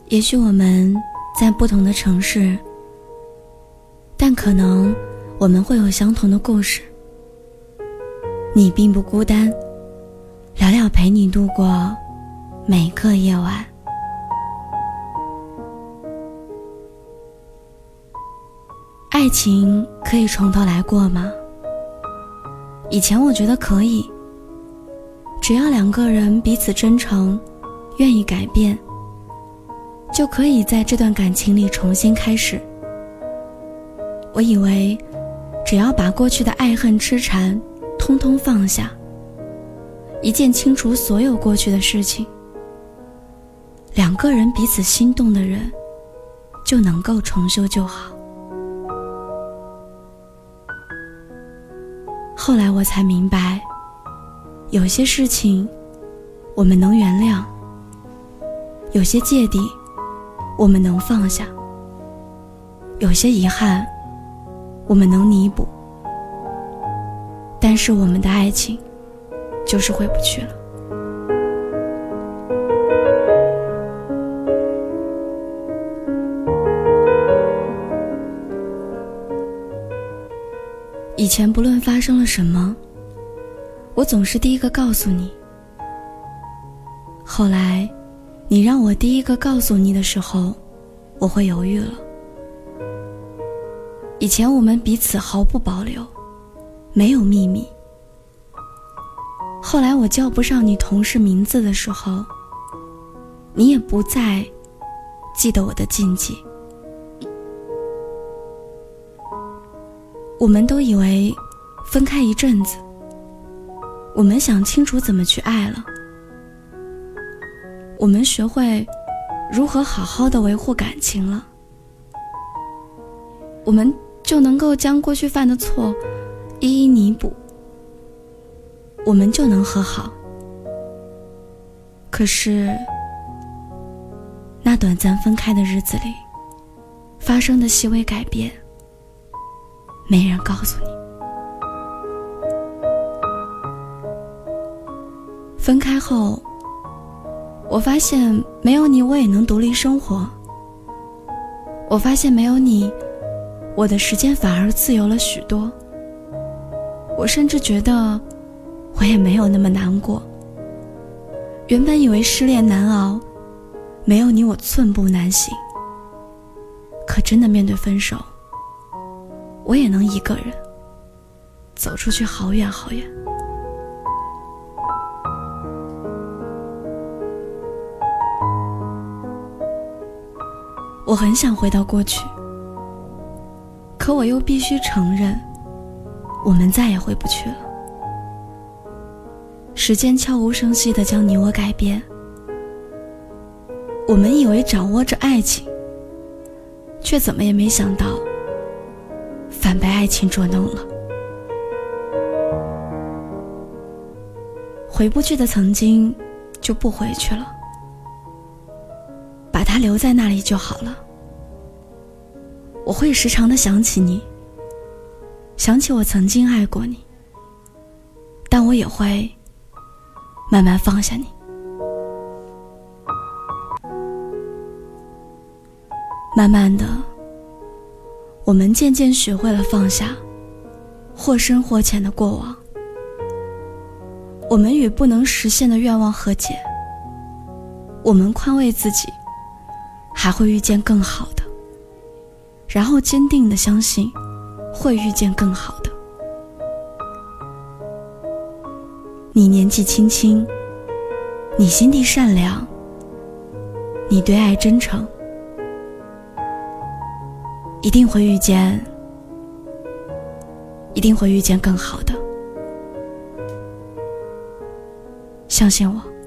也许我们在不同的城市，但可能我们会有相同的故事。你并不孤单，聊聊陪你度过每个夜晚。爱情可以从头来过吗？以前我觉得可以，只要两个人彼此真诚，愿意改变，就可以在这段感情里重新开始。我以为只要把过去的爱恨痴缠通通放下，一键清除所有过去的事情，两个人彼此心动的人就能够重修旧好。后来我才明白，有些事情我们能原谅，有些芥蒂我们能放下，有些遗憾我们能弥补，但是我们的爱情就是回不去了。以前不论发生了什么，我总是第一个告诉你。后来你让我第一个告诉你的时候，我会犹豫了。以前我们彼此毫不保留，没有秘密。后来我叫不上你同事名字的时候，你也不再记得我的禁忌。我们都以为分开一阵子，我们想清楚怎么去爱了，我们学会如何好好的维护感情了，我们就能够将过去犯的错一一弥补，我们就能和好。可是那短暂分开的日子里发生的细微改变，没人告诉你。分开后，我发现没有你我也能独立生活。我发现没有你，我的时间反而自由了许多。我甚至觉得我也没有那么难过。原本以为失恋难熬，没有你我寸步难行。可真的面对分手，我也能一个人走出去好远好远。我很想回到过去，可我又必须承认，我们再也回不去了。时间悄无声息地将你我改变，我们以为掌握着爱情，却怎么也没想到反被爱情捉弄了。回不去的曾经就不回去了，把它留在那里就好了。我会时常地想起你，想起我曾经爱过你，但我也会慢慢放下你。慢慢的，我们渐渐学会了放下或深或浅的过往，我们与不能实现的愿望和解，我们宽慰自己还会遇见更好的，然后坚定地相信会遇见更好的。你年纪轻轻，你心地善良，你对爱真诚，一定会遇见更好的，相信我。